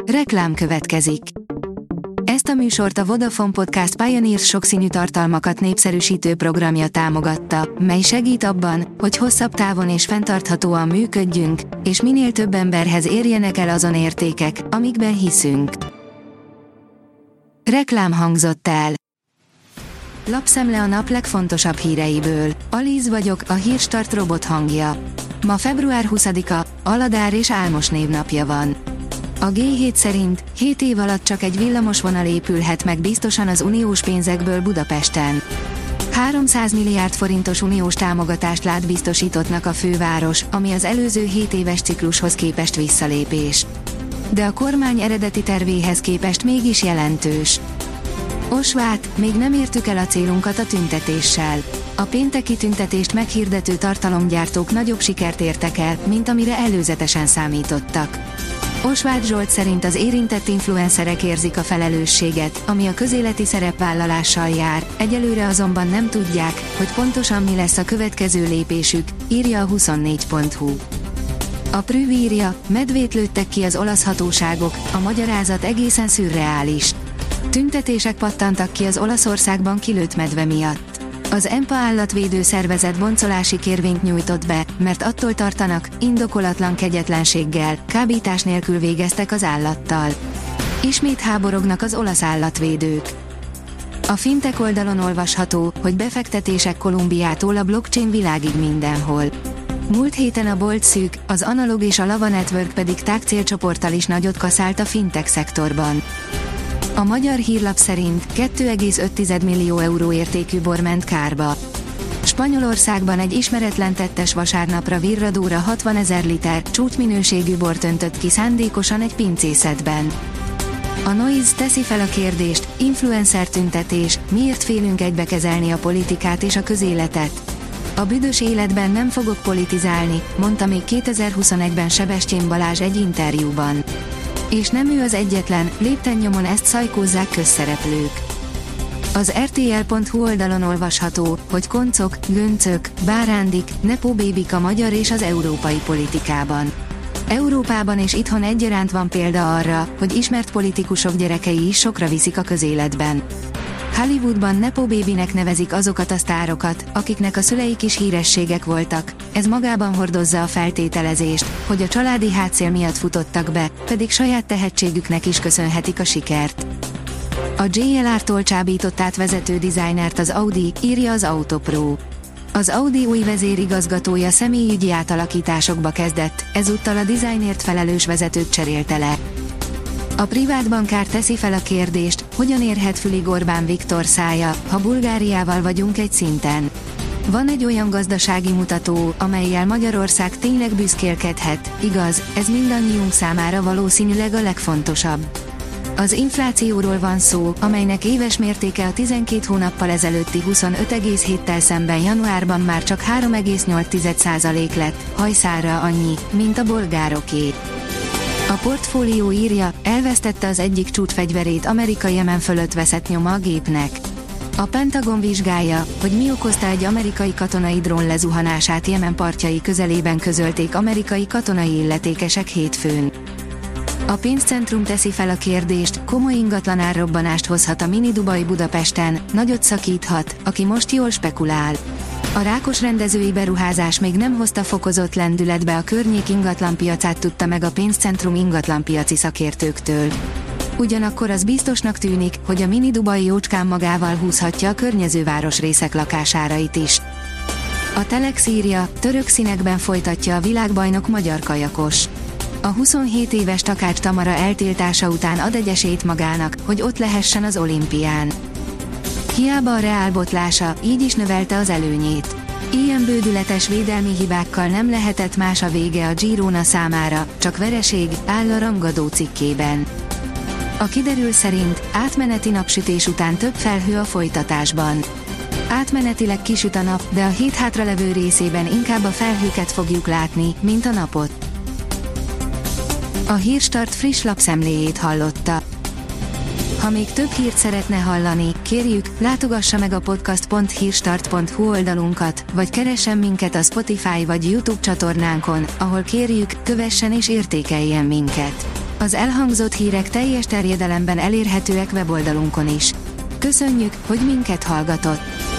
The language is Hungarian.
Reklám következik. Ezt a műsort a Vodafone Podcast Pioneers sokszínű tartalmakat népszerűsítő programja támogatta, mely segít abban, hogy hosszabb távon és fenntarthatóan működjünk, és minél több emberhez érjenek el azon értékek, amikben hiszünk. Reklám hangzott el. Lapszemle a nap legfontosabb híreiből. Alíz vagyok, a Hírstart robot hangja. Ma február 20-a, Aladár és Álmos névnapja van. A G7 szerint 7 év alatt csak egy villamosvonal épülhet meg biztosan az uniós pénzekből Budapesten. 300 milliárd forintos uniós támogatást lát biztosítottnak a főváros, ami az előző 7 éves ciklushoz képest visszalépés. De a kormány eredeti tervéhez képest mégis jelentős. Osvát, még nem értük el a célunkat a tüntetéssel. A pénteki tüntetést meghirdető tartalomgyártók nagyobb sikert értek el, mint amire előzetesen számítottak. Osváth Zsolt szerint az érintett influencerek érzik a felelősséget, ami a közéleti szerepvállalással jár, egyelőre azonban nem tudják, hogy pontosan mi lesz a következő lépésük, írja a 24.hu. A Prüv írja, medvét lőttek ki az olasz hatóságok, a magyarázat egészen szürreális. Tüntetések pattantak ki az Olaszországban kilőtt medve miatt. Az EMPA állatvédő szervezet boncolási kérvényt nyújtott be, mert attól tartanak, indokolatlan kegyetlenséggel, kábítás nélkül végeztek az állattal. Ismét háborognak az olasz állatvédők. A Fintech oldalon olvasható, hogy befektetések Kolumbiától a blockchain világig mindenhol. Múlt héten a Bolt szűk, az Analog és a Lava Network pedig tágcélcsoporttal is nagyot kaszált a fintech szektorban. A Magyar Hírlap szerint 2,5 millió euró értékű bor ment kárba. Spanyolországban egy ismeretlen tettes vasárnapra virradóra 60 000 liter csúcsminőségű bort öntött ki szándékosan egy pincészetben. A Noise teszi fel a kérdést, influencer tüntetés, miért félünk egybekezelni a politikát és a közéletet? A büdös életben nem fogok politizálni, mondta még 2021-ben Sebestyén Balázs egy interjúban. És nem ő az egyetlen, lépten-nyomon ezt szajkózzák közszereplők. Az RTL.hu oldalon olvasható, hogy koncok, göncök, bárándik, nepóbébik a magyar és az európai politikában. Európában és itthon egyaránt van példa arra, hogy ismert politikusok gyerekei is sokra viszik a közéletben. Hollywoodban nepóbébinek nevezik azokat a sztárokat, akiknek a szüleik is hírességek voltak, ez magában hordozza a feltételezést, hogy a családi hátszél miatt futottak be, pedig saját tehetségüknek is köszönhetik a sikert. A JLR-tól csábított át vezető dizájnert az Audi, írja az Autopro. Az Audi új vezérigazgatója személyügyi átalakításokba kezdett, ezúttal a dizájnért felelős vezetőt cserélte le. A privát bankár teszi fel a kérdést, hogyan érhet fülig Orbán Viktor szája, ha Bulgáriával vagyunk egy szinten. Van egy olyan gazdasági mutató, amellyel Magyarország tényleg büszkélkedhet, igaz, ez mindannyiunk számára valószínűleg a legfontosabb. Az inflációról van szó, amelynek éves mértéke a 12 hónappal ezelőtti 25,7-tel szemben januárban már csak 3,8% lett, hajszálra annyi, mint a bolgároké. A Portfólió írja, elvesztette az egyik csúcsfegyverét Amerika Jemen fölött veszett nyoma a gépnek. A Pentagon vizsgálja, hogy mi okozta egy amerikai katonai drón lezuhanását Jemen partjai közelében, közölték amerikai katonai illetékesek hétfőn. A pénzcentrum teszi fel a kérdést, komoly ingatlanárrobbanást hozhat a Mini Dubai Budapesten, nagyot szakíthat, aki most jól spekulál. A Rákos rendezői beruházás még nem hozta fokozott lendületbe a környék ingatlanpiacát, tudta meg a pénzcentrum ingatlanpiaci szakértőktől. Ugyanakkor az biztosnak tűnik, hogy a Mini Dubai jócskán magával húzhatja a környező városrészek lakásárait is. A Telex írja, török színekben folytatja a világbajnok magyar kajakos. A 27 éves Takács Tamara eltiltása után ad egy esélyt magának, hogy ott lehessen az olimpián. Hiába a Real botlása, így is növelte az előnyét. Ilyen bődületes védelmi hibákkal nem lehetett más a vége a Girona számára, csak vereség, áll a rangadó cikkében. A kiderül szerint átmeneti napsütés után több felhő a folytatásban. Átmenetileg kisüt a nap, de a hét hátralevő részében inkább a felhőket fogjuk látni, mint a napot. A Hírstart friss lapszemléjét hallotta. Ha még több hírt szeretne hallani, kérjük, látogassa meg a podcast.hírstart.hu oldalunkat, vagy keressen minket a Spotify vagy YouTube csatornánkon, ahol kérjük, kövessen és értékeljen minket. Az elhangzott hírek teljes terjedelemben elérhetőek weboldalunkon is. Köszönjük, hogy minket hallgatott!